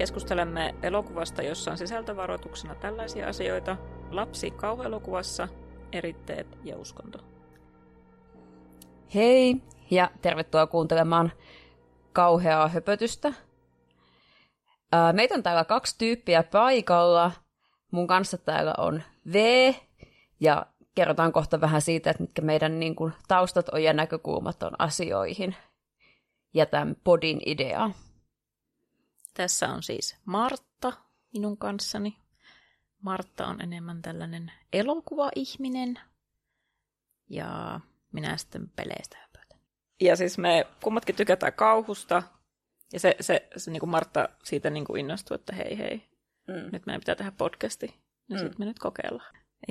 Keskustelemme elokuvasta, jossa on sisältövaroituksena tällaisia asioita. Lapsi kauhuelokuvassa, eritteet ja uskonto. Hei ja tervetuloa kuuntelemaan kauheaa höpötystä. Meitä on täällä 2 tyyppiä paikalla. Mun kanssa täällä on V ja kerrotaan kohta vähän siitä, että mitkä meidän niin kuin, taustat on ja näkökulmat on asioihin ja tämän podin idea. Tässä on siis Martta minun kanssani. Martta on enemmän tällainen elokuva-ihminen ja minä sitten peleistä höpötän. Ja siis me kummatkin tykätään kauhusta ja se niin kuin Martta siitä niin kuin innostui, että hei, nyt meidän pitää tehdä podcasti ja sitten me nyt kokeillaan.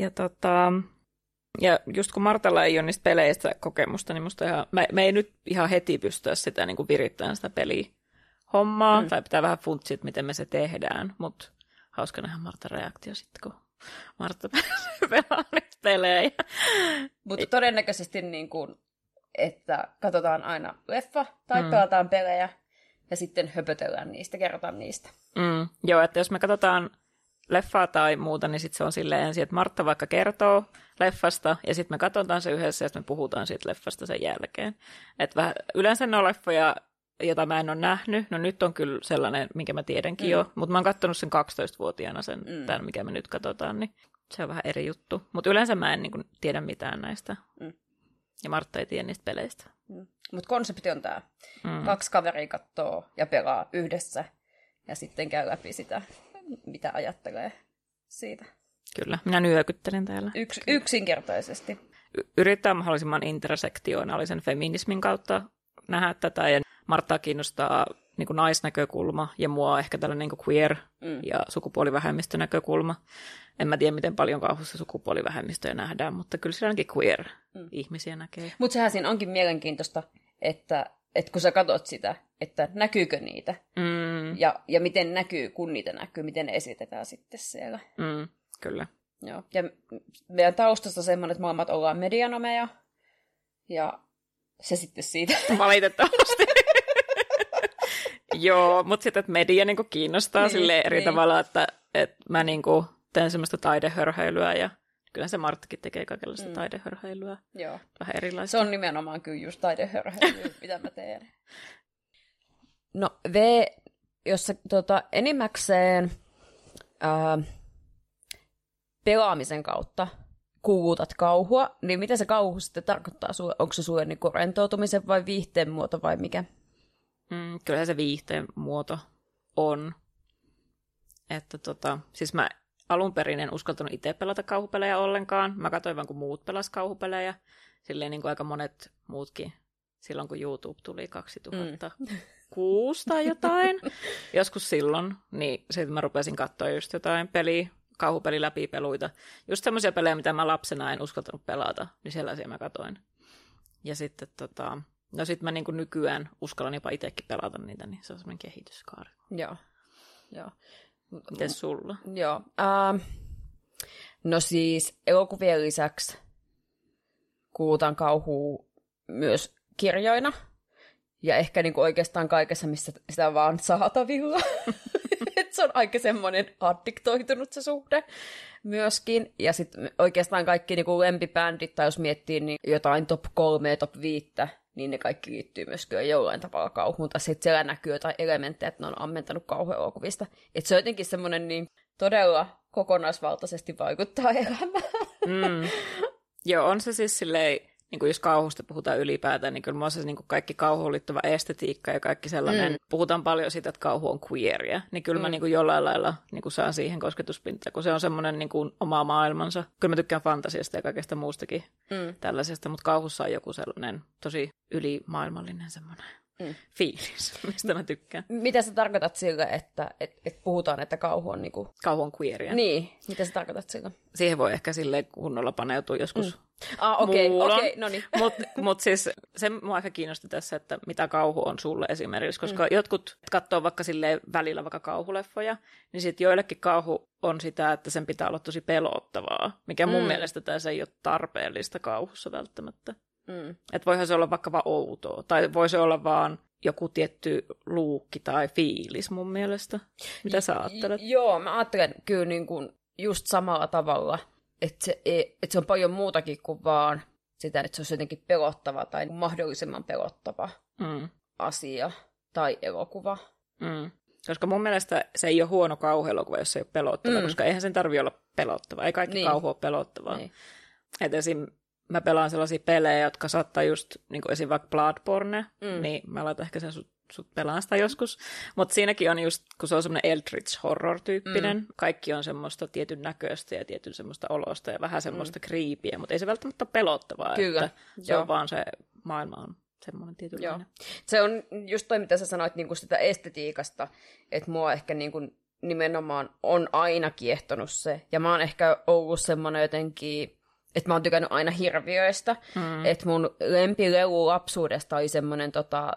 Ja just kun Martalla ei ole niistä peleistä kokemusta, niin musta me ei nyt ihan heti pystyä sitä niin kuin virittämään sitä pelihommaa, tai pitää vähän funtsia, miten me se tehdään, mutta hauska nähdä Martan reaktio sitten, kun Martta pelaa niitä pelejä. Mutta todennäköisesti niin kuin, että katsotaan aina leffa tai pelataan pelejä ja sitten höpötellään niistä, kerrotaan niistä. Joo, että jos me katsotaan leffaa tai muuta, niin sitten se on silleen ensin, että Martta vaikka kertoo leffasta, ja sitten me katsotaan se yhdessä, ja sitten me puhutaan siitä leffasta sen jälkeen. Että yleensä ne on leffoja, jota mä en ole nähnyt. No nyt on kyllä sellainen, minkä mä tiedänkin jo, mutta mä oon katsonut sen 12-vuotiaana tämän, mikä me nyt katsotaan, niin se on vähän eri juttu. Mutta yleensä mä en niin kuin tiedä mitään näistä. Ja Martta ei tiedä niistä peleistä. Mutta konsepti on tämä. 2 kaveria katsoo ja pelaa yhdessä, ja sitten käy läpi sitä, mitä ajattelee siitä. Kyllä, minä nyökyttelen täällä. Yksinkertaisesti. Yrittää mahdollisimman intersektionaalisen feminismin kautta nähdä tätä, ja Marttaa kiinnostaa niin kuin naisnäkökulma, ja mua ehkä tällainen niin kuin queer- ja sukupuolivähemmistönäkökulma. En mä tiedä, miten paljon kauhussa sukupuolivähemmistöjä nähdään, mutta kyllä siellä ainakin queer-ihmisiä näkee. Mutta sehän siinä onkin mielenkiintoista, että kun sä katot sitä, että näkyykö niitä, ja miten näkyy, kun niitä näkyy, miten ne esitetään sitten siellä. Kyllä. Joo. Ja meidän taustasta semmoinen, että molemmat ollaan medianomeja, ja se siitä. Valitettavasti. Joo, mutta sitten, että media niinku kiinnostaa silleen eri tavalla, että mä niinku teen semmoista taidehörheilyä ja kyllä se Marttakin tekee kaikenlaista taidehörheilyä. Joo. Vähän erilaista. Se on nimenomaan kyllä just taidehörheilyä, mitä mä teen. No V, jos sä enimmäkseen pelaamisen kautta kuulutat kauhua, niin mitä se kauhu sitten tarkoittaa sulle? Onko se sulle niinku rentoutumisen vai viihteen muoto vai mikä? Kyllähän se viihteen muoto on. Että siis mä alun perin en uskaltanut itse pelata kauhupelejä ollenkaan. Mä katsoin vaan, kun muut pelas kauhupelejä. Silleen niin kuin aika monet muutkin. Silloin, kun YouTube tuli 2006 tai jotain. Joskus silloin. Niin sitten mä rupesin katsoa just jotain kauhupeli läpipeluita. Just semmoisia pelejä, mitä mä lapsena en uskaltanut pelata. Niin sellaisia mä katsoin. Ja sitten no sit mä niin kuin nykyään uskallan jopa itsekin pelata niitä. Niin se on semmoinen kehityskaari. Joo. Mites sulla? Joo. No siis elokuvien lisäksi kuulutaan kauhua myös kirjoina. Ja ehkä niinku oikeastaan kaikessa, missä sitä on vaan saatavilla. Se on aika semmoinen addiktoitunut se suhde myöskin. Ja sitten oikeastaan kaikki niinku lempibändit, tai jos miettii niin jotain top 3 ja top 5, niin ne kaikki liittyy myös kyllä jollain tavalla kauhuun. Tai sitten siellä näkyy jotain elementtejä, että ne on ammentanut kauhuelokuvista. Että se on jotenkin semmoinen niin todella kokonaisvaltaisesti vaikuttaa elämään. Joo, on se siis silleen, niin kuin jos kauhusta puhutaan ylipäätään, niin kyllä mulla on se niin kuin kaikki kauhuun liittyvä estetiikka ja kaikki sellainen. Puhutaan paljon siitä, että kauhu on queeria. Niin kyllä mä niin kuin jollain lailla niin kuin saan siihen kosketuspintaan, kun se on semmoinen niin kuin oma maailmansa. Kyllä mä tykkään fantasiasta ja kaikesta muustakin tällaisesta, mutta kauhussa on joku sellainen tosi ylimaailmallinen semmoinen fiilis, mistä mä tykkään. Mitä sä tarkoitat sillä, että puhutaan, että kauhu on niinku... Kauhu on queeria. Niin, mitä sä tarkoitat sillä? Siihen voi ehkä silleen kunnolla paneutua joskus okei, no niin. Mutta siis se mua ehkä kiinnosti tässä, että mitä kauhu on sulle esimerkiksi, koska jotkut katsoo vaikka silleen välillä vaikka kauhuleffoja, niin sitten joillekin kauhu on sitä, että sen pitää olla tosi pelottavaa, mikä mun mielestä tässä ei ole tarpeellista kauhussa välttämättä. Että voihan se olla vaikka vaan outoa, tai voi se olla vaan joku tietty luukki tai fiilis mun mielestä. Mitä sä ajattelet? Joo, mä ajattelen kyllä niin kuin just samalla tavalla, että se on paljon muutakin kuin vaan sitä, että se olisi jotenkin pelottava tai mahdollisimman pelottava asia tai elokuva. Koska mun mielestä se ei ole huono kauhuelokuva, jos se ei ole pelottava, koska eihän sen tarvitse olla pelottava. Ei kaikki kauhu ole pelottavaa. Niin. Et esim. Mä pelaan sellaisia pelejä, jotka saattaa just, niin kuin esim. Vaikka Bloodborne, niin mä laitan ehkä sen sut pelaan sitä joskus. Mutta siinäkin on just, kun se on semmoinen Eldritch Horror-tyyppinen, kaikki on semmoista tietyn näköistä ja tietyn semmoista olosta ja vähän semmoista creepyä, mutta ei se välttämättä ole pelottavaa. Kyllä, että se on vaan se maailma on semmoinen tietynlainen. Joo. Se on just toi, mitä sä sanoit niin kuin sitä estetiikasta, että mua ehkä niin kuin nimenomaan on aina kiehtonut se. Ja mä oon ehkä ollut semmoinen jotenkin, että mä oon tykännyt aina hirviöistä. Että mun lempilelu lapsuudesta oli semmoinen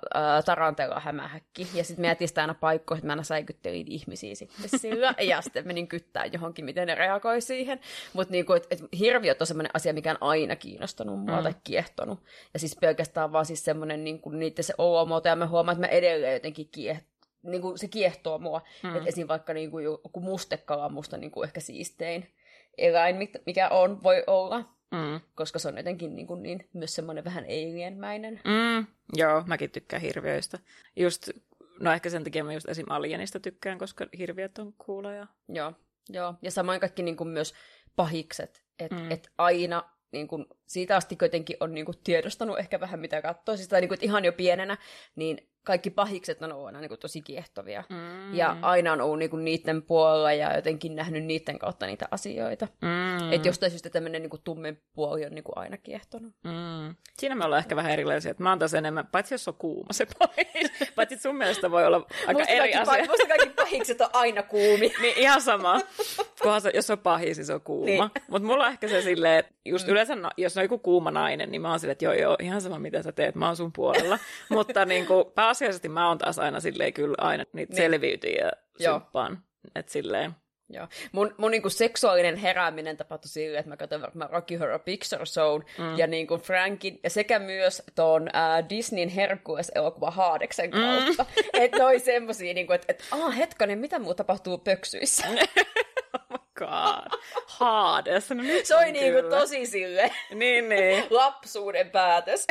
Tarantella-hämähäkki. Ja sitten mä jätin sitä aina paikkoihin, että mä aina säikyttelin ihmisiä sitten sillä. Ja sitten menin kyttää johonkin, miten ne reagoi siihen. Mutta niinku, et hirviöt on semmoinen asia, mikä on aina kiinnostanut mua tai kiehtonut. Ja siis pelkästään vaan siis semmoinen niinku, niiden se olomuoto. Ja mä huomaan, että mä edelleen jotenkin niinku, se kiehtoo mua. Että esim. Vaikka niinku, joku mustekala on musta niinku, ehkä siistein eläin, mikä voi olla, koska se on jotenkin niin myös semmoinen vähän alien-mäinen. Joo, mäkin tykkään hirviöistä. Just, no ehkä sen takia mä just esim. Alienista tykkään, koska hirviöt on kuuloja. Joo. Ja samoin kaikki niin kuin myös pahikset, että aina niin kuin, siitä asti jotenkin on niin kuin tiedostanut ehkä vähän mitä katsoo. Siis, niin kuin, että ihan jo pienenä, niin kaikki pahikset on ollut aina niin kuin tosi kiehtovia. Ja aina on ollut niin kuin niiden puolella ja jotenkin nähnyt niiden kautta niitä asioita. Että jostain syystä tämmöinen niin kuin tummen puoli on niin kuin aina kiehtonut. Siinä me ollaan ehkä vähän erilaisia. Että mä oon taas enemmän, paitsi jos on kuuma se pahis. Paitsi sun mielestä voi olla aika eri asia. Musta kaikki pahikset on aina kuumi. Niin ihan sama. Kunhan se, jos on pahis, niin se on kuuma. Niin. Mutta mulla on ehkä se silleen, että just yleensä, jos on joku kuuma nainen, niin mä oon silleen, että joo, ihan sama mitä sä teet, mä oon sun puolella. Mutta niin kuin, pääasiallisesti mä oon taas aina silleen kyllä aina niitä selviytyjiä symppaan. Että silleen. Joo. Mun niinku seksuaalinen herääminen tapahtui silleen, että mä katsoin varmaan Rocky Horror Picture Show ja niinku Frankin, ja sekä myös ton Disneyn Hercules-elokuva Hadeksen kautta. Että ne oli semmosia, niinku, että hetkonen, mitä muu tapahtuu pöksyissä? Oh my god. Hades. No se oli niinku tosi silleen. Niin. Lapsuuden päätös.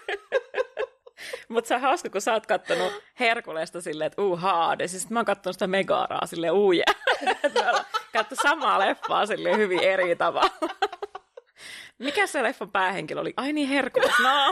Mutta se on hauska, kun sä oot kattonut Herkulesta silleen, että Hades. Ja sit mä oon kattonut sitä Megaraa silleen, Me ollaan kattu samaa leffaa silleen hyvin eri tavalla. Mikä se leffan päähenkilö oli? Ai niin, Herkules. No.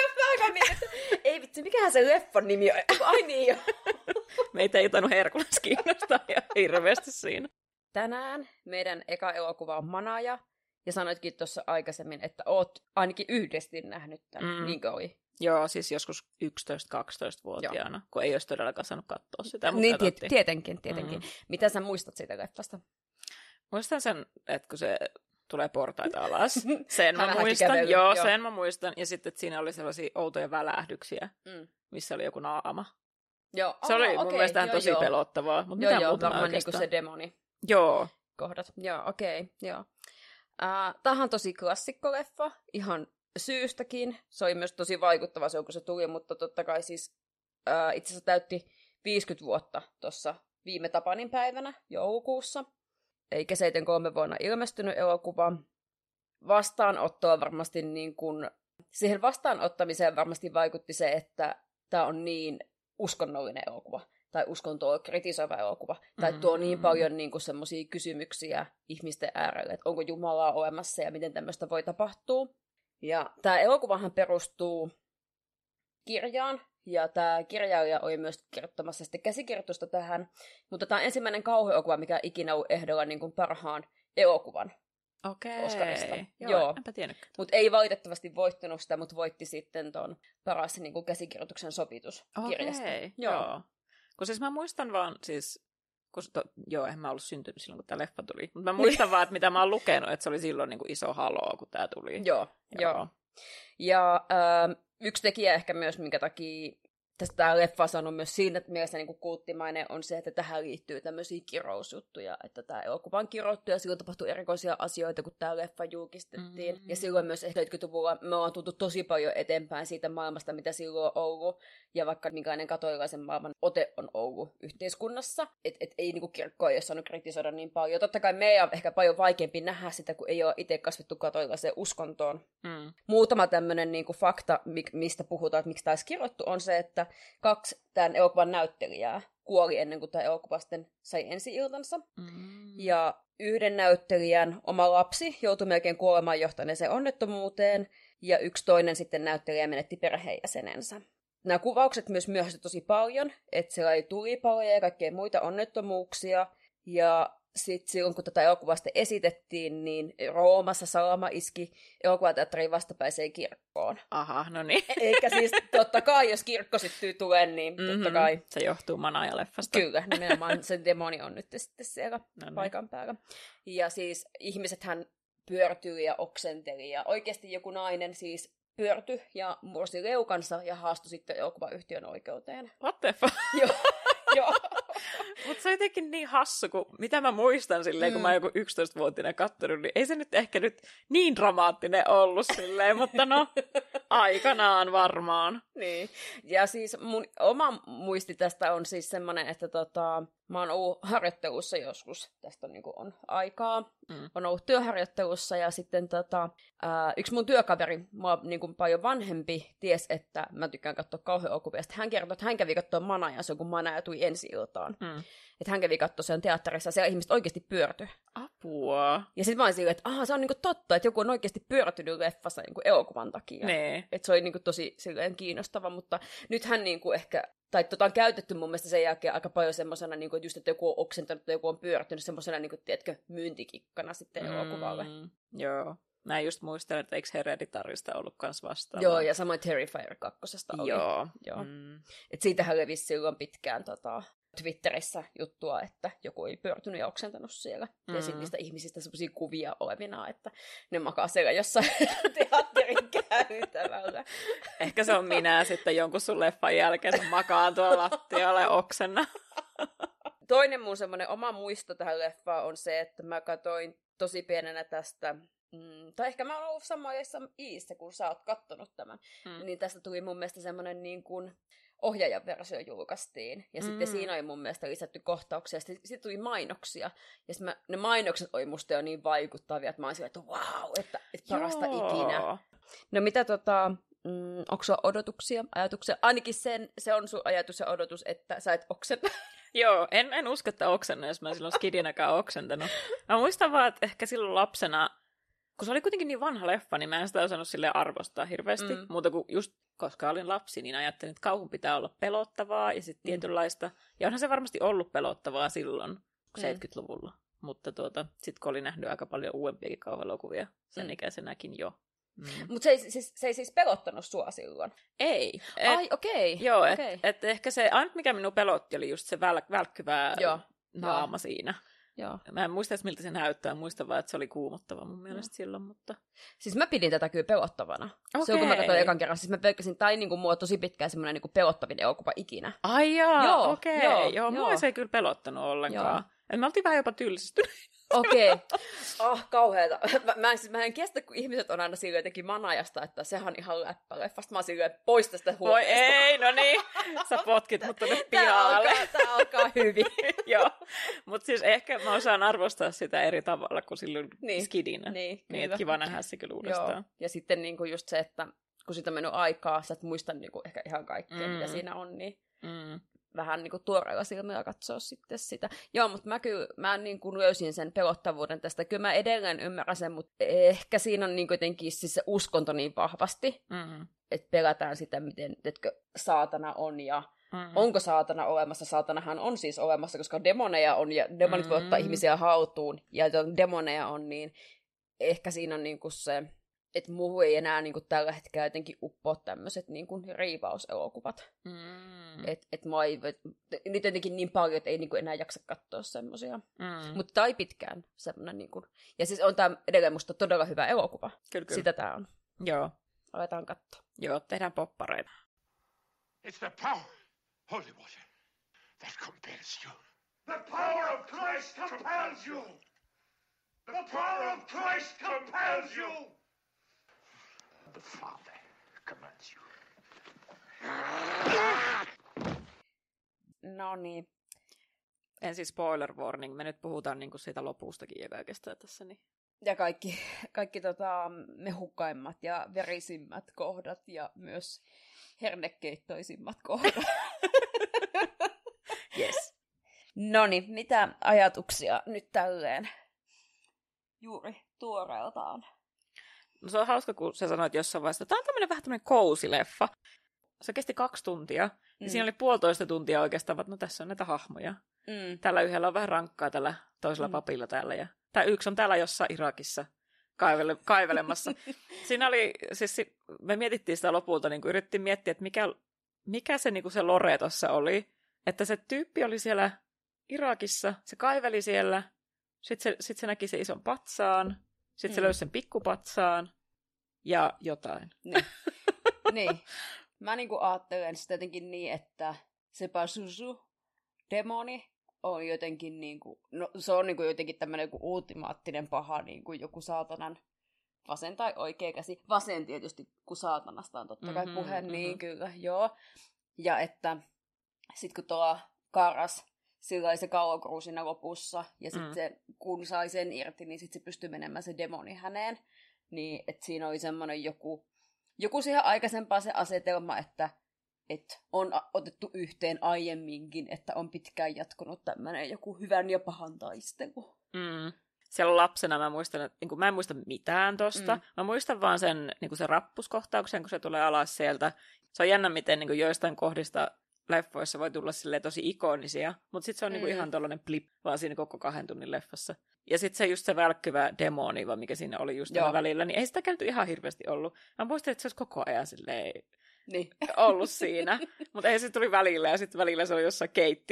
Ei vitsi, mikähän se leffan nimi on? Ai niin jo. Meitä ei tainnut Herkules kiinnostaa ja hirveästi siinä. Tänään meidän eka elokuva on Manaja. Ja sanoitkin tuossa aikaisemmin, että oot ainakin yhdesti nähnyt tämän. Niinkö oli? Joo, siis joskus 11-12-vuotiaana, kun ei olisi todellakaan saanut katsoa sitä. Niin, tietenkin. Mitä sä muistat siitä leffasta? Muistan sen, että kun se tulee portaita alas. Sen mä muistan. Joo, sen mä muistan. Ja sitten, että siinä oli sellaisia outoja välähdyksiä, missä oli joku naama. Joo. Se oli mun mielestä tosi pelottavaa. Mutta mitä muuta varmaan niinku se demoni. Joo. Kohdat. Joo, okei. Tämähän on tosi klassikkoleffa, ihan syystäkin. Se oli myös tosi vaikuttava se, kun se tuli, mutta totta kai siis itse asiassa täytti 50 vuotta tuossa viime Tapanin päivänä joulukuussa. Eikä 73 vuonna ilmestynyt elokuva. Vastaanottoa varmasti niin kuin, siihen vastaanottamiseen varmasti vaikutti se, että tämä on niin uskonnollinen elokuva. Tai uskontoa kritisoiva elokuva. Tai tuo niin paljon niin kuin semmoisia kysymyksiä ihmisten äärelle, että onko Jumalaa olemassa ja miten tämmöistä voi tapahtua. Ja tämä elokuvahan perustuu kirjaan, ja tämä kirjailija oli myös kirjoittamassa sitten käsikirjoitusta tähän. Mutta tämä on ensimmäinen kauhuelokuva, mikä ikinä on ehdolla niin kuin parhaan elokuvan Oscarista. Joo, enpä tiennytkään. Mutta ei valitettavasti voittanut sitä, mutta voitti sitten tuon paras niin kuin käsikirjoituksen sovitus kirjasta. Joo. Kun siis mä muistan vaan, siis, en mä ollut syntynyt silloin, kun tämä leffa tuli, mutta mä muistan vaan, että mitä mä oon lukenut, että se oli silloin niin kuin iso haloo, kun tämä tuli. Joo. Ja yksi tekijä ehkä myös, minkä takia tästä tämä leffa on sanonut myös siinä mielessä niin kuin kulttimainen on se, että tähän liittyy tämmöisiä kirousjuttuja, että tämä elokuva on kirottu ja silloin tapahtui erikoisia asioita, kun tämä leffa julkistettiin. Ja silloin myös ehkä 70-luvulla me ollaan tultu tosi paljon eteenpäin siitä maailmasta, mitä silloin on ollut, ja vaikka minkälainen katolilaisen maailman ote on ollut yhteiskunnassa, että ei niin kuin kirkkoa ei ole saanut kritisoida niin paljon. Totta kai meidän on ehkä paljon vaikeampi nähdä sitä, kun ei ole itse kasvettu katolilaiseen uskontoon. Muutama tämmöinen niin kuin fakta, mistä puhutaan, että miksi tämä olisi kirjoittu, on se, että 2 tämän elokuvan näyttelijää kuoli ennen kuin tämä elokuva sitten sai ensi-iltansa. Ja 1 näyttelijän oma lapsi joutui melkein kuolemaan johtaneeseen onnettomuuteen, ja 1 toinen sitten näyttelijä menetti perheenjäsenensä. Nämä kuvaukset myös myöhästyi tosi paljon, että siellä oli tulipaloja ja kaikkea muita onnettomuuksia, ja sitten silloin, kun tätä elokuvaa sitten esitettiin, niin Roomassa salama iski elokuvateatterin vastapäiseen kirkkoon. Aha, no niin. Eikä siis totta kai, jos kirkko syttyy tuleen, niin totta kai. Se johtuu Manaja-leffasta. Kyllä, nimenomaan se demoni on nyt sitten siellä paikan päällä. Ja siis ihmisethän pyörtyi ja oksenteli, ja oikeasti joku nainen siis pyörtyi ja mursi leukansa ja haastoi sitten elokuvayhtiön oikeuteen. What the fuck? Joo. Mutta se on jotenkin niin hassu, kun mitä mä muistan silleen, kun mä oon joku 11-vuotiaana kattonut, niin ei se nyt ehkä nyt niin dramaattinen ollut silleen, mutta no, aikanaan varmaan. Niin, ja siis mun oma muisti tästä on siis semmoinen, että mä oon ollut harjoittelussa joskus, tästä on aikaa, on ollut työharjoittelussa ja sitten yksi mun työkaveri, mua paljon vanhempi, ties, että mä tykkään katsoa kauhuelokuvia. Sitten hän kertoi, että hän kävi katsoa Manaja, se on kun Manaja tuli ensi-iltaan. Että hän kävi katsoa sen teatterissa ja siellä ihmiset oikeasti pyörtyi. Apua. Ja sitten mä olin silleen, että se on totta, että joku on oikeasti pyörtynyt leffassa elokuvan takia. Että se oli tosi silleen kiinnostava, mutta nythän ehkä, tai on käytetty mun mielestä sen jälkeen aika paljon semmosena, että just, että joku on oksentanut tai joku on pyörtynyt semmosena, tiedätkö, myyntikikkana sitten elokuvalle. Joo. Mä just muistelen, että eikö Hereditarista ollut kans vastaava. Joo, ja samoin Terrifier 2 oli. Joo. Et siitähän levisi silloin pitkään Twitterissä juttua, että joku oli pyörtynyt ja oksentanut siellä. Ja sitten niistä ihmisistä semmoisia kuvia olevina, että ne makaa siellä jossain teatterin käytävällä. Ehkä se on minä sitten jonkun sun leffan jälkeen, makaan tuolla lattialla ja oksenna. Toinen mun semmoinen oma muisto tähän leffaan on se, että mä katsoin tosi pienenä tästä, tai ehkä mä oon ollut samoissa iissä, kun sä oot kattonut tämän, niin tästä tuli mun mielestä semmoinen niin kuin ohjaajan versio julkaistiin, ja sitten siinä oli mun mielestä lisätty kohtauksia, ja sitten tuli mainoksia, ja sitten ne mainokset oli musta jo niin vaikuttavia, että mä oon että vau, että parasta ikinä. No mitä onko sulla odotuksia, ajatuksia? Ainakin se on sun ajatus ja odotus, että sä et oksenta. Joo, en usko, että oksenna, jos mä silloin skidinäkään oksentanut. Mä muistan vaan, että ehkä silloin lapsena, kun se oli kuitenkin niin vanha leffa, niin mä en sitä osannut silleen arvostaa hirveästi. Muuta kuin just koska olin lapsi, niin ajattelin, että kauhun pitää olla pelottavaa ja sitten tietynlaista. Ja onhan se varmasti ollut pelottavaa silloin, 70-luvulla. Mutta sitten kun oli nähnyt aika paljon uudempiakin kauhuelokuvia, sen ikäisenäkin jo. Mutta se ei siis pelottanut sua silloin? Ei. Ai, okei. Joo, että ehkä se, ainut mikä minun pelotti oli just se välkkyvää naama siinä. Joo. Mä en muista, miltä se näyttää, muistan vaan, että se oli kuumottava mun mielestä silloin, mutta... Siis mä pidin tätä kyllä pelottavana. Okay. Silloin kun mä katsoin ekan kerran, siis mä pelkäsin, tai mua tosi pitkään semmoinen pelottavin elokuva ikinä. Ai jaa, okei. Joo, mua se ei kyllä pelottanut ollenkaan. Me oltiin vähän jopa tylsistyneet. Okei. Kauheeta. Mä en kestä, kun ihmiset on aina silleen jotenkin Manajasta, että sehän on ihan läppäleffasta. Mä oon silleen, pois tästä huoneesta. Voi ei, no niin. Sä potkit mut tuonne pihalle. Tää alkaa hyvin. Joo. Mut siis ehkä mä osaan arvostaa sitä eri tavalla kuin silloin skidinä. Niin että kiva nähdä se kyllä uudestaan. Joo. Ja sitten just se, että kun siitä on mennyt aikaa, sä et muista ehkä ihan kaikkea, mitä siinä on, niin... vähän tuoreella silmällä katsoa sitten sitä. Joo, mutta mä löysin sen pelottavuuden tästä. Kyllä mä edelleen ymmärrän sen, mutta ehkä siinä on jotenkin siis se uskonto niin vahvasti, että pelätään sitä, miten saatana on ja onko saatana olemassa. Saatanahan on siis olemassa, koska demoneja on ja demonit voi ottaa ihmisiä haltuun ja demoneja on, niin ehkä siinä on se... Että muuhun ei enää tällä hetkellä jotenkin uppoa tämmöiset riivauselokuvat. Niitä jotenkin niin paljon, että ei enää jaksa katsoa semmoisia. Mutta tämä ei pitkään semmoinen. Ja siis on tämä edelleen musta todella hyvä elokuva. Kyllä. Sitä tämä on. Joo. Aletaan katsoa. Joo, tehdään poppareita. It's the power, holy water, that compels you. The power of Christ compels you. The power of Christ compels you. The Father commands you. No niin. Ensin spoiler warning, me nyt puhutaan niinku siitä lopustakin ja kaikesta tässä. Niin. Ja kaikki mehukkaimmat ja verisimmät kohdat ja myös hernekeittoisimmat kohdat. Yes. Noniin, mitä ajatuksia nyt tälleen juuri tuoreeltaan? No se on hauska, kun sä sanoit jossain vaiheessa, että tämä on tämmöinen vähän tämmöinen kousileffa. Se kesti 2 tuntia. Ja siinä oli 1,5 tuntia oikeastaan, että no tässä on näitä hahmoja. Tällä yhdellä on vähän rankkaa, tällä toisella papilla täällä. Ja tämä yksi on täällä jossain Irakissa kaivelemassa. Siinä oli, siis me mietittiin sitä lopulta, niin yritettiin miettiä, että mikä se, niin se lore tuossa oli. Että se tyyppi oli siellä Irakissa, se kaiveli siellä, sitten se näki sen ison patsaan, sitten se löysi sen pikkupatsaan ja jotain. Niin. Mä niinku ajattelen sitä jotenkin niin, että se Pazuzu, demoni, on jotenkin niinku, no se on niinku jotenkin tämmönen joku ultimaattinen paha, niinku joku saatanan vasen tai oikea käsi. Vasen tietysti, kun saatanasta on totta kai puhe, niin kyllä, joo. Ja että sit kun tuo Karas, sillä oli se kallokruu siinä lopussa, ja sitten kun sai sen irti, niin sitten se pystyi menemään se demoni häneen. Niin, että siinä oli semmoinen joku siihen aikaisempaan se asetelma, että on otettu yhteen aiemminkin, että on pitkään jatkunut tämmöinen joku hyvän ja pahan taistelu. Siellä lapsena mä muistan, että niin mä en muista mitään tosta. Mä muistan vaan sen, niin sen rappuskohtauksen, kun se tulee alas sieltä. Se on jännä, miten niin joistain kohdista leffoissa voi tulla tosi ikonisia, mutta sitten se on niin ihan tollainen blip vaan siinä koko 2 tunnin leffassa. Ja sitten se just se välkkyvä demoni, vaan mikä siinä oli just tällä välillä, niin ei sitä käynyt ihan hirveästi ollut. Mä muistin, että se olisi koko ajan silleen ollut siinä, mutta ei se tuli välillä, ja sitten välillä se oli jossain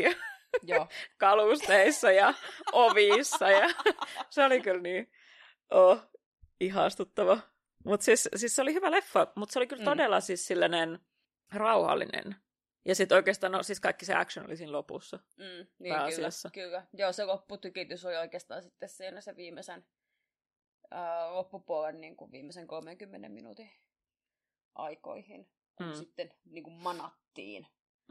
kalusteissa ja ovissa, ja se oli kyllä niin ihastuttava. Mutta siis se oli hyvä leffa, mutta se oli kyllä todella siis sellainen rauhallinen. Ja sitten oikeastaan, siis kaikki se action oli siinä lopussa. Niin, kyllä. Joo, se lopputykitys oli oikeastaan sitten siinä se viimeisen loppupuolen niin kuin viimeisen 30 minuutin aikoihin, kun sitten niin kuin manattiin.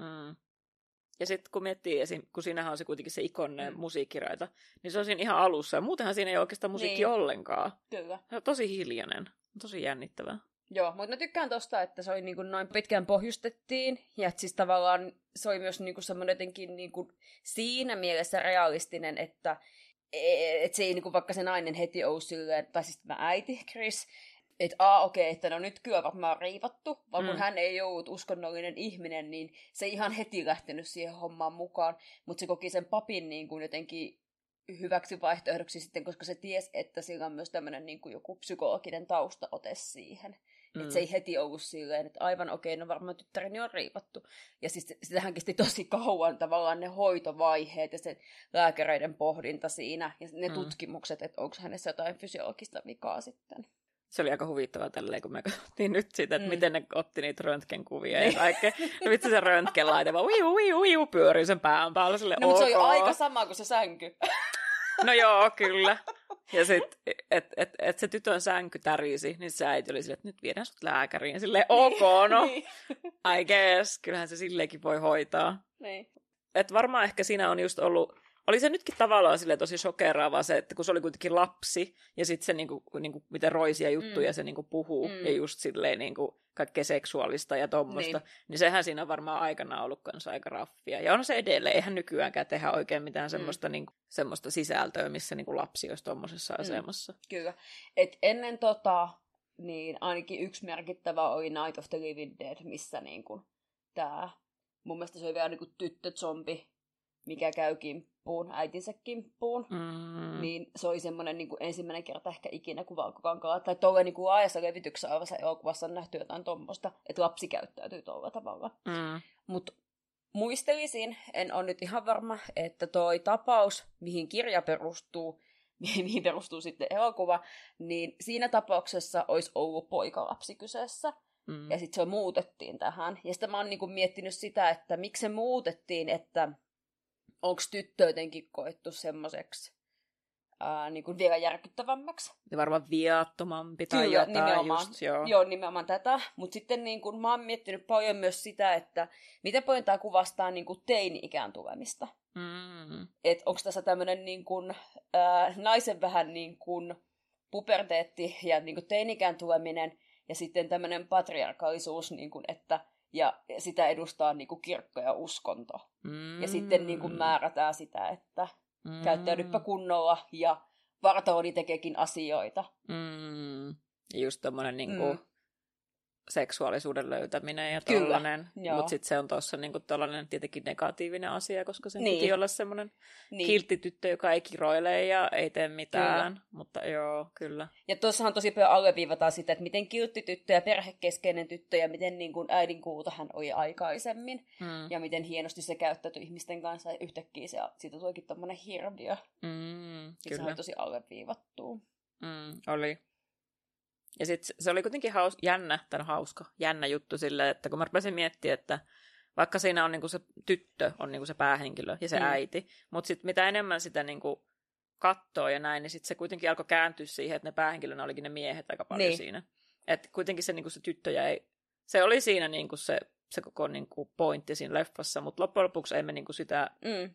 Ja sitten kun miettii, kun siinähän on se kuitenkin se ikoninen musiikkiraita, niin se on siinä ihan alussa. Ja muutenhan siinä ei ole oikeastaan musiikki ollenkaan. Kyllä. Se on tosi hiljainen, tosi jännittävää. Joo, mutta mä tykkään tosta, että se oli niin kuin noin pitkään pohjustettiin, ja että siis tavallaan se oli myös niin kuin semmoinen jotenkin niin kuin siinä mielessä realistinen, että se ei niin kuin vaikka se nainen heti ollut silleen, tai siis tämä äiti Chris, että okei, että no nyt kyllä varmaan riivattu, vaan kun hän ei ollut uskonnollinen ihminen, niin se ei ihan heti lähtenyt siihen hommaan mukaan, mutta se koki sen papin niin kuin jotenkin hyväksi vaihtoehdoksi sitten, koska se tiesi, että sillä on myös tämmöinen niin kuin joku psykologinen taustaote siihen. Että se ei heti ollut silleen, että aivan okei, no varmaan tyttäreni on riivattu. Ja siis sitähän kesti tosi kauan tavallaan ne hoitovaiheet ja se lääkäreiden pohdinta siinä ja ne tutkimukset, että onko hänessä jotain fysiologista vikaa sitten. Se oli aika huvittavaa tälleen, kun me katsottiin nyt sitä, että miten ne otti niitä röntgenkuvia ja kaikkea. No vitsi se röntgenlaite vaan uiu pyörii sen pään päällä silleen no, mutta se oli aika sama kuin se sänky. No joo, kyllä. Ja sitten, että se tytön sänky tärisi, niin se äiti oli silleen, että nyt viedään sut lääkäriin. Silleen, no, I guess. Kyllähän se silleenkin voi hoitaa. Niin. Että varmaan ehkä siinä on just ollut, oli se nytkin tavallaan silleen tosi shokeraavaa se, että kun se oli kuitenkin lapsi, ja sitten se niinku, miten roisia juttuja se niinku puhuu, ja just silleen niinku kaikkea seksuaalista ja tommosta, niin sehän siinä on varmaan aikanaan ollut kanssa aika raffia. Ja on se edelleen, eihän nykyäänkään tehdä oikein mitään semmoista sisältöä, missä niinku lapsi olisi tommosessa asemassa. Kyllä. Et ennen niin ainakin yksi merkittävä oli Night of the Living Dead, missä niinku tää, mun mielestä se oli vielä niinku tyttözombi, mikä käy kimppuun, äitinsä kimppuun, niin se oli semmoinen niin kuin ensimmäinen kerta ehkä ikinä, kun Valkokankaalla, tai tuolla niin kuin laajassa levityksessä olevassa elokuvassa on nähty jotain tommoista, että lapsi käyttäytyy tuolla tavalla. Mutta muistelisin, en ole nyt ihan varma, että toi tapaus, mihin kirja perustuu, mihin perustuu sitten elokuva, niin siinä tapauksessa olisi ollut poikalapsi kyseessä. ja sitten se muutettiin tähän. Ja sitten mä oon niinku miettinyt sitä, että miksi se muutettiin, että onko tyttö jotenkin koettu semmoiseksi niinku vielä järkyttävämmäksi. Ja varmaan viattomampi tai Kyllä, jotain. nimenomaan. Just, joo. Joo, nimenomaan tätä. Mutta sitten niinku, mä oon miettinyt paljon myös sitä, että miten paljon tämä kuvastaa niinku teini-ikään tulemista. Että onko tässä tämmöinen niinku, naisen vähän niinku puberteetti ja niinku teini-ikään tuleminen ja sitten tämmöinen patriarkaalisuus, niinku, että ja sitä edustaa niinku kirkko ja uskonto. Ja sitten niinku määrätään sitä, että käyttäydyppä kunnolla ja vartalooni tekeekin asioita. Just tommonen niinku seksuaalisuuden löytäminen ja tollanen. Mutta sitten se on tuossa niinku tollanen tietenkin negatiivinen asia, koska sen piti olla semmoinen kiltti tyttö, joka ei kiroile ja ei tee mitään. Kyllä. Mutta joo, kyllä. Ja tuossahan tosi paljon alleviivataan sitä, että miten kiltti tyttö ja perhekeskeinen tyttö ja miten niin kuin äidin kuuta hän oli aikaisemmin. Ja miten hienosti se käyttäytyi ihmisten kanssa ja yhtäkkiä siitä tulikin tommonen hirviö. Kyllä. Se oli tosi alleviivattua. Oli. Ja sitten se oli kuitenkin jännä juttu silleen, että kun mä rupesin miettimään, että vaikka siinä on niinku se tyttö, on niinku se päähenkilö ja se äiti, mutta sitten mitä enemmän sitä niinku katsoo ja näin, niin sitten se kuitenkin alkoi kääntyä siihen, että ne päähenkilönä olikin ne miehet aika paljon siinä. Että kuitenkin se, niinku se tyttö jäi, se oli siinä niinku se koko niinku pointti siinä leffassa, mutta loppujen lopuksi emme niinku sitä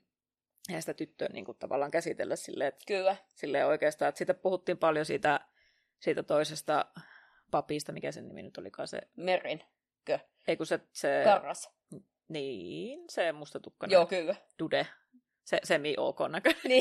tyttöä niinku tavallaan käsitellä silleen, että silleen oikeastaan, että siitä puhuttiin paljon siitä toisesta papista, mikä sen nimi nyt olikaan se... Merinkö? Ei kun se... Karras. Niin, se mustatukkainen. Joo, kyllä. Dude. Se semi-ok näköinen. Niin.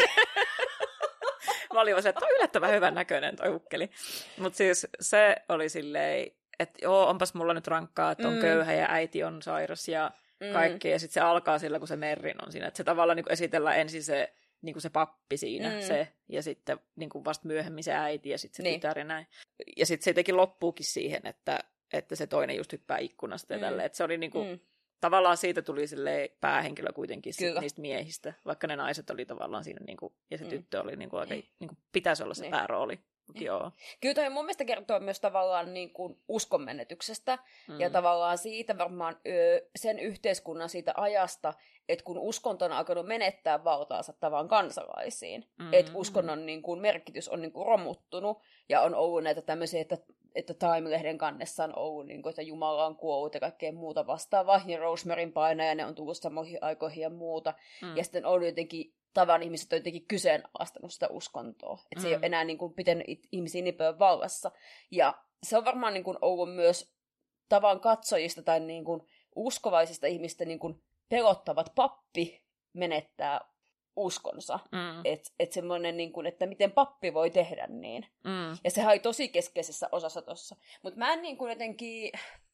Mä olin se, että on yllättävän hyvän näköinen toi ukkeli. Mutta siis se oli silleen, että joo, onpas mulla nyt rankkaa, että on köyhä ja äiti on sairas ja kaikki. Ja sitten se alkaa sillä, kun se Merrin on siinä. Että se tavallaan niin esitellään ensin se... Niin se pappi siinä, se, ja sitten niin vasta myöhemmin se äiti ja sitten se tytär ja näin. Ja sitten se jotenkin loppuukin siihen, että se toinen just hyppää ikkunasta ja tälleen. Että se oli tavallaan siitä tuli päähenkilö kuitenkin niistä miehistä, vaikka ne naiset oli tavallaan siinä, ja se tyttö oli aika, pitäisi olla se päärooli. Joo. Kyllä toi mun mielestä kertoo myös tavallaan uskonmenetyksestä ja tavallaan siitä varmaan sen yhteiskunnan siitä ajasta, että kun uskonto on alkanut menettää valtaansa tavan kansalaisiin, että uskonnon merkitys on romuttunut ja on ollut näitä tämmöisiä, että Time-lehden kannessa on ollut, että Jumala on kuollut ja kaikkea muuta vastaavaa, ja Rosemaryn painajainen on tullut samoihin aikoihin ja muuta, ja sitten on jotenkin tavan ihmiset on jotenkin kyseenalaistanut sitä uskontoa. Että se ei ole enää pitänyt ihmisiä nipeön vallassa. Ja se on varmaan ollut myös tavan katsojista tai uskovaisista ihmistä pelottavat pappi menettää uskonsa. Että semmoinen, että miten pappi voi tehdä niin. Ja sehän oli tosi keskeisessä osassa tossa. Mutta mä en jotenkin...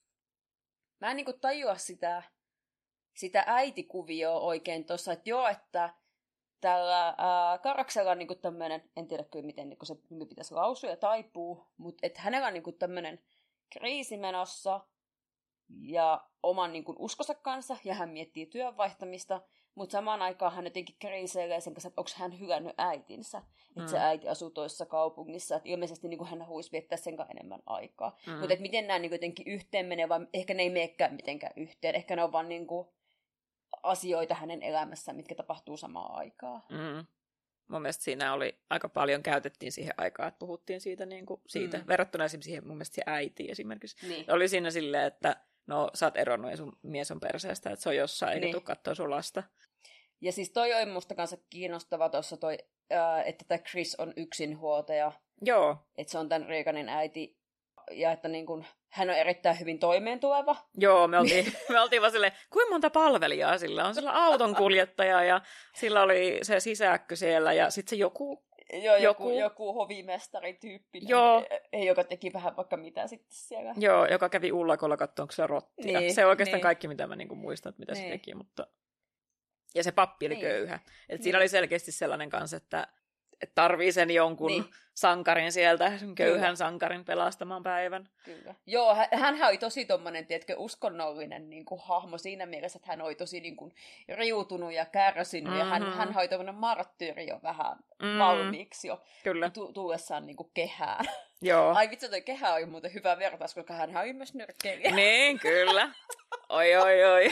Mä en tajua sitä äitikuvioa oikein tossa, että joo, että tällä Karaksella on tämmöinen, en tiedä kyllä miten se nimi pitäisi lausua ja taipuu, mutta että hänellä on tämmöinen kriisi menossa ja oman uskonsa kanssa, ja hän miettii työn vaihtamista, mutta samaan aikaan hän jotenkin kriiseilee sen kanssa, että onko hän hylännyt äitinsä. Että se äiti asuu toisessa kaupungissa, että ilmeisesti hän haluaisi viettää sen kanssa enemmän aikaa. Mutta miten nämä jotenkin yhteen menee, vai ehkä ne ei meekään mitenkään yhteen. Ehkä ne on vaan asioita hänen elämässään, mitkä tapahtuu samaan aikaan. Mun mielestä siinä oli aika paljon käytettiin siihen aikaan, että puhuttiin siitä, siitä. Verrattuna esimerkiksi siihen mun mielestä siihen äitiin esimerkiksi. Niin. Oli siinä silleen, että no sä oot eronnut ja sun mies on perseestä, että se on jossain, eikä tule katsoa sun lasta. Ja siis toi on musta kanssa kiinnostava tuossa toi, että tämä Chris on yksinhuoltaja. Joo. Että se on tämän Reaganin äiti. Ja että hän on erittäin hyvin toimeentuleva. Joo, me oltiin vaan silleen, kuinka monta palvelijaa sillä on? Sillä autonkuljettaja ja sillä oli se sisäkkö siellä ja sitten se joku hovimestarityyppi, joka teki vähän vaikka mitä sitten siellä. Joo, joka kävi ullakolla katsomaan, onko se rottia. Niin, se on oikeastaan kaikki, mitä mä muistan, että mitä se teki. Mutta... Ja se pappi oli köyhä. Siinä oli selkeästi sellainen kanssa, että tarvii sen jonkun Niin. sankarin sieltä, sen köyhän sankarin pelastamaan päivän. Kyllä. Joo, hänhän oli tosi tommonen, tiedätkö, uskonnollinen niin kuin, hahmo siinä mielessä, että hän oli tosi niin kuin, riutunut ja kärsinyt, ja hän oli tommonen marttyyri jo vähän valmiiksi jo Kyllä. tullessaan niin kuin, kehään. Joo. Ai vitsi, toi kehä oli muuten hyvä vertaus, koska hän oli myös nyrkkeilijä. Niin, kyllä. Oi, oi, oi.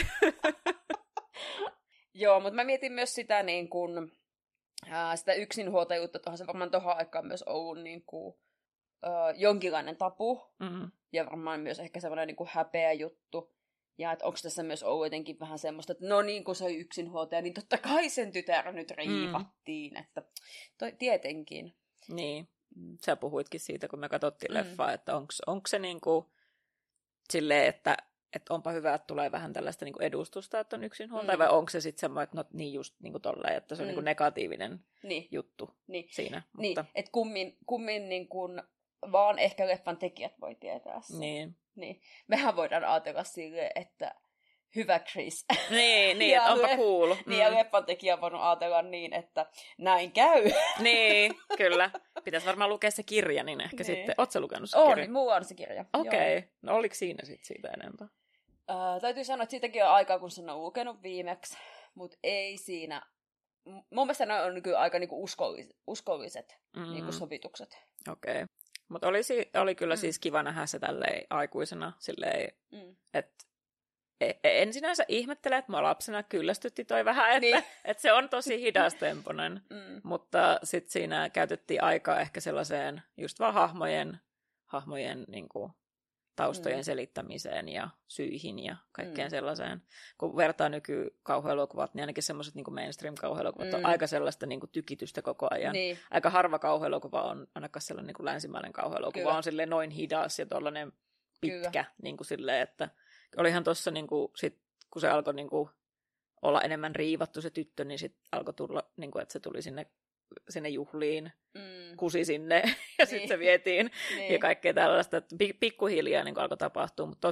Joo, mutta mä mietin myös sitä niin kuin, sitä yksinhuoltajuutta, että onhan se varmaan tohon aikaan myös ollut niin kuin, jonkinlainen tabu, ja varmaan myös ehkä semmoinen niin kuin häpeä juttu. Ja että onko tässä myös ollut jotenkin vähän semmoista, että no niin, kun se oli yksinhuoltaja, niin totta kai sen tytär nyt riivattiin, että tietenkin. Niin, sä puhuitkin siitä, kun me katsottiin leffaa, että onko se niinku silleen, että onpa hyvä, että tulee vähän tällaista niinku edustusta, että on yksinhuoltaja, vai onko se sitten semmoinen, että no niin just niinku tolleen, että se on niinku negatiivinen juttu siinä. Niin, mutta että kummin niin kuin vaan ehkä leffan tekijät voi tietää sen. Niin. Mehän voidaan ajatella silleen, että hyvä Chris. Niin, että onpa cool. Niin, ja leffan tekijä on voinut ajatella niin, että näin käy. Niin, kyllä. Pitäisi varmaan lukea se kirja, niin ehkä sitten. Ootko sä lukenut se kirja? On, mulla on se kirja. Okei. No oliko siinä sitten siitä enempää? Täytyy sanoa, että siitäkin on aikaa, kun sen on lukenut viimeksi, mutta ei siinä. Mun mielestä ne on nykyään aika niinku uskolliset niinku sovitukset. Okei. Mutta oli kyllä siis kiva nähdä se tälleen aikuisena, silleen, että en sinänsä ihmettele, että mua lapsena kyllästytti toi vähän, että se on tosi hidastempoinen, mutta sitten siinä käytettiin aikaa ehkä sellaiseen just vaan hahmojen niin kuin, taustojen selittämiseen ja syihin ja kaikkeen sellaiseen. Kun vertaa nykykauhuelokuvat, niin ainakin semmoiset niin mainstream-kauhuelokuvat on aika sellaista niin kuin tykitystä koko ajan. Niin. Aika harva kauhuelokuva on ainakaan sellainen niin kuin länsimainen kauhuelokuva, on silleen noin hidas ja tollainen pitkä, niin kuin silleen, että olihan tuossa, niin kuin, kun se alkoi niin kuin, olla enemmän riivattu se tyttö, niin sitten alkoi tulla, niin kuin, että se tuli sinne juhliin, kusi sinne, ja sitten se vietiin, ja kaikkea tällaista. Että pikkuhiljaa niin kuin, alkoi tapahtua, mutta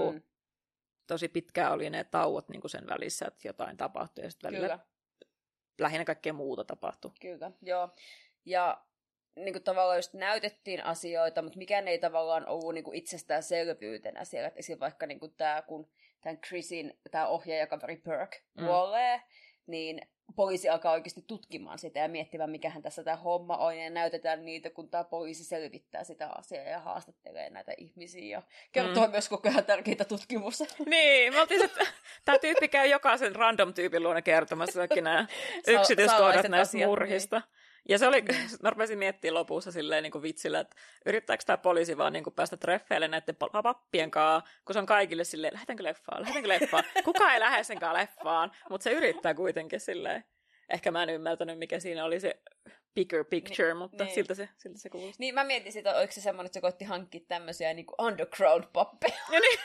tosi pitkään oli ne tauot niin kuin sen välissä, että jotain tapahtui, ja sitten välillä lähinnä kaikkea muuta tapahtui. Kyllä, joo. Ja niin kuin tavallaan just näytettiin asioita, mutta mikään ei tavallaan ollut niin kuin itsestäänselvyytenä siellä. Että esimerkiksi vaikka niin kuin kun tämän Chrisin tämä ohjaajakaveri Perk kuolee, niin poliisi alkaa oikeasti tutkimaan sitä ja miettimään, mikähän tässä tämä homma on. Ja näytetään niitä, kun tämä poliisi selvittää sitä asiaa ja haastattelee näitä ihmisiä. Ja kertoo myös koko ajan tärkeitä tutkimusta. Niin, me oltiin, että tämä tyyppi käy jokaisen random-tyypin luona kertomassa kaikki nämä yksityiskohdat näistä murhista. Niin. Ja se oli, mä rupesin miettimään lopussa silleen niin kuin vitsillä, että yrittääkö tämä poliisi vaan niin kuin päästä treffeille näiden pappien kanssa, kun se on kaikille silleen, lähdetäänkö leffaan? Kukaan ei lähde senkaan leffaan, mutta se yrittää kuitenkin silleen. Ehkä mä en ymmärtänyt, mikä siinä oli se bigger picture, mutta siltä se kuulosti. Niin, mä mietin sitä, oliko se semmoinen, että se koitti hankkia tämmöisiä niin kuin underground-pappeja. Ja niin.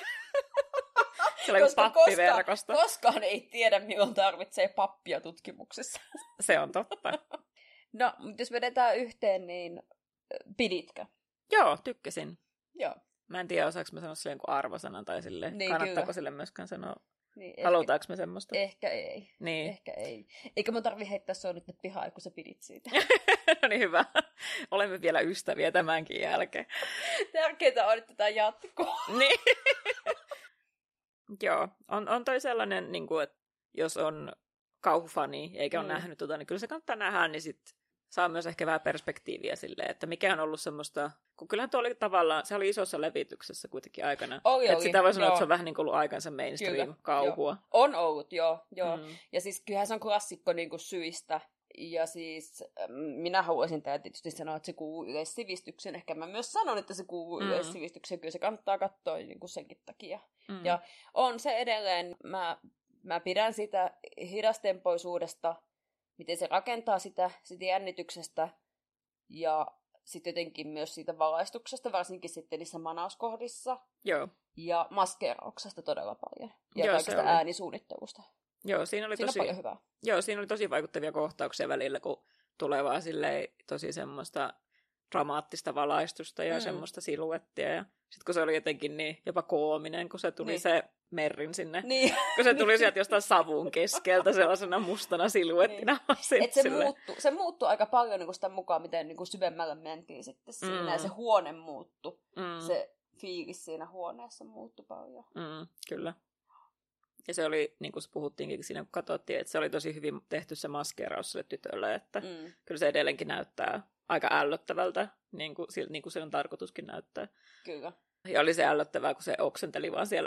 Se oli pappiverkosto. Koskaan ei tiedä, milloin tarvitsee pappia tutkimuksessa. Se on totta. No, mutta jos vedetään yhteen, niin piditkö? Joo, tykkäsin. Joo. Mä en tiedä, osaanko mä sanoa silleen kuin arvosana tai silleen, niin, kannattaako kyllä. sille myöskään sanoa. Niin, halutaanko me semmoista? Ehkä ei. Niin. Ehkä ei. Eikä mun tarvi heittää sua nyt pihaan, kun sä pidit siitä. No niin, hyvä. Olemme vielä ystäviä tämänkin jälkeen. Tärkeintä on, että tätä jatkoa. Niin. Joo, on toi sellainen, niin kuin, että jos on kauhufani eikä ole nähnyt niin kyllä se kannattaa nähdä, niin sit saa myös ehkä vähän perspektiiviä silleen, että mikä on ollut semmoista, kun kyllähän tuo oli tavallaan, se oli isossa levityksessä kuitenkin aikana. Että sitä voi sanoa, että se on vähän niin kuin ollut aikansa mainstream-kauhua. On ollut, joo. Ja siis kyllähän se on klassikko niin kuin syistä. Ja siis minä haluaisin tietysti sanoa, että se kuuluu yleissivistykseen. Ehkä mä myös sanon, että se kuuluu yleissivistykseen. Kyllä se kannattaa katsoa niin kuin senkin takia. Ja on se edelleen, mä pidän sitä hidastempoisuudesta, miten se rakentaa sitä jännityksestä ja sitten jotenkin myös siitä valaistuksesta, varsinkin sitten niissä manauskohdissa. Joo. Ja maskeerauksesta todella paljon. Ja kaikista äänisuunnittelusta. Joo, siinä oli tosi paljon hyvää. Joo, siinä oli tosi vaikuttavia kohtauksia välillä, kun tulee vaan silleen tosi semmoista dramaattista valaistusta ja semmoista siluettia. Ja sitten kun se oli jotenkin niin jopa koominen, kun se tuli se Merrin sinne. Niin. Kun se tuli sieltä jostain savun keskeltä sellaisena mustana siluettina. Niin. Se muuttui aika paljon niin sitä mukaan, miten niin syvemmälle mentiin sitten siinä. Ja se huone muuttui. Se fiilis siinä huoneessa muuttui paljon. Kyllä. Ja se oli, niin kuin puhuttiinkin siinä, kun katsottiin, että se oli tosi hyvin tehty se maskeeraus sille tytölle, että kyllä se edelleenkin näyttää aika ällöttävältä, niin kuin se on tarkoituskin näyttää. Kyllä. Ja oli se ällöttävää, kun se oksenteli vaan siellä.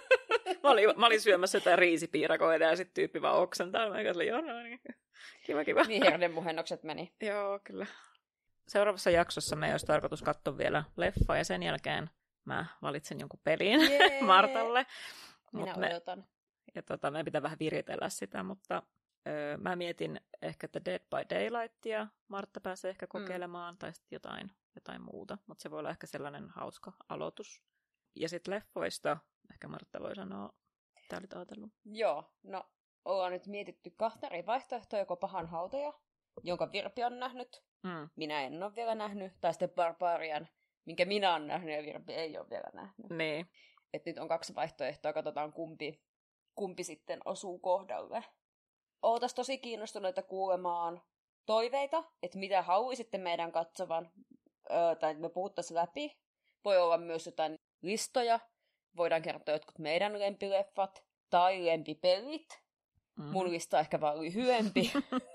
mä olin syömässä jotain riisipiirakoita ja sitten tyyppi vaan oksentaa. Mä olin, joo, no niin, kiva. Niin hernemuhennokset meni. Joo, kyllä. Seuraavassa jaksossa meidän olisi tarkoitus katsoa vielä leffa ja sen jälkeen mä valitsen jonkun pelin Martalle. Minä odotan. Ja meidän pitää vähän viritellä sitä, mutta mä mietin ehkä, että Dead by Daylightia Martta pääsee ehkä kokeilemaan, tai sitten jotain muuta, mutta se voi olla ehkä sellainen hauska aloitus. Ja sitten leffoista, ehkä Martta voi sanoa, mitä olit ajatellut. Joo, no ollaan nyt mietitty 2 eri vaihtoehtoa, joko Pahan hautaja, jonka Virpi on nähnyt, minä en ole vielä nähnyt, tai sitten Barbarian, minkä minä olen nähnyt ja Virpi ei ole vielä nähnyt. Niin. Et nyt on 2 vaihtoehtoa, katsotaan kumpi sitten osuu kohdalle. Ootas tosi kiinnostuneita kuulemaan toiveita, että mitä haluaisitte meidän katsovan, tai me puhuttaisiin läpi. Voi olla myös jotain listoja, voidaan kertoa jotkut meidän lempileffat tai lempipelit. Mun lista ehkä vaan lyhyempi.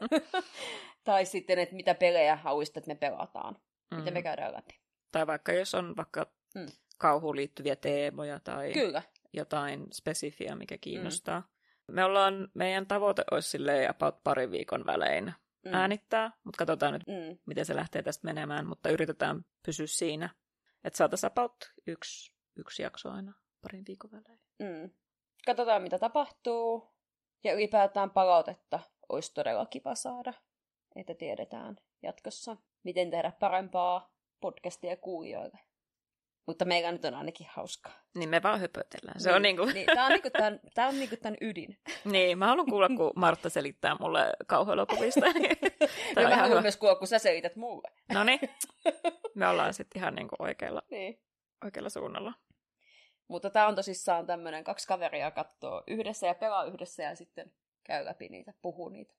Tai sitten, että mitä pelejä haluaisitte, että me pelataan. Miten me käydään läpi. Tai vaikka jos on kauhuun liittyviä teemoja tai Kyllä. jotain spesifiä, mikä kiinnostaa. Meidän tavoite olisi silleen about 2 viikon välein äänittää, mutta katsotaan nyt, miten se lähtee tästä menemään, mutta yritetään pysyä siinä, että saataisiin about yksi jakso aina 2 viikon välein. Katsotaan, mitä tapahtuu, ja ylipäätään palautetta olisi todella kiva saada, että tiedetään jatkossa, miten tehdä parempaa podcastia kuulijoille. Mutta meillä nyt on ainakin hauskaa. Niin me vaan höpötellään. Se on niinku... Niin, tää on niinku tämän ydin. Niin, mä haluan kuulla, kun Martta selittää mulle kauhuelokuvista. Ja mä haluan myös kuulla, kun sä selität mulle. Noniin. Me ollaan sitten ihan niinku oikealla suunnalla. Mutta tää on tosissaan tämmönen 2 kaveria kattoo yhdessä ja pelaa yhdessä ja sitten käy läpi niitä, puhuu niitä.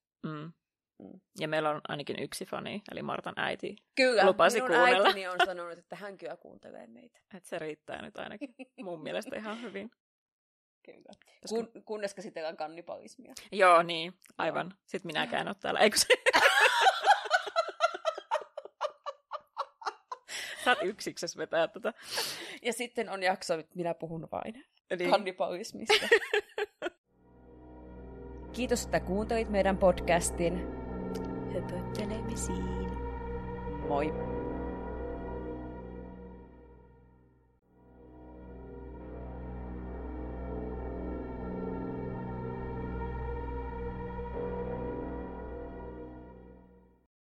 Ja meillä on ainakin yksi fani, eli Martan äiti. Kyllä, lupasi minun kuunnella. äitini on sanonut, että hän kyllä kuuntelee meitä. Että se riittää nyt ainakin mun mielestä ihan hyvin. Kyllä. Kunnes käsitellään kannibalismia. Joo, niin, aivan. Joo. Sitten minäkään ole täällä. Eikö se? Sä oot yksiksessä vetää tätä. Ja sitten on jakso, että minä puhun vain kannibalismista. Kiitos, että kuuntelit meidän podcastin. Höpöttelemisiin. Moi!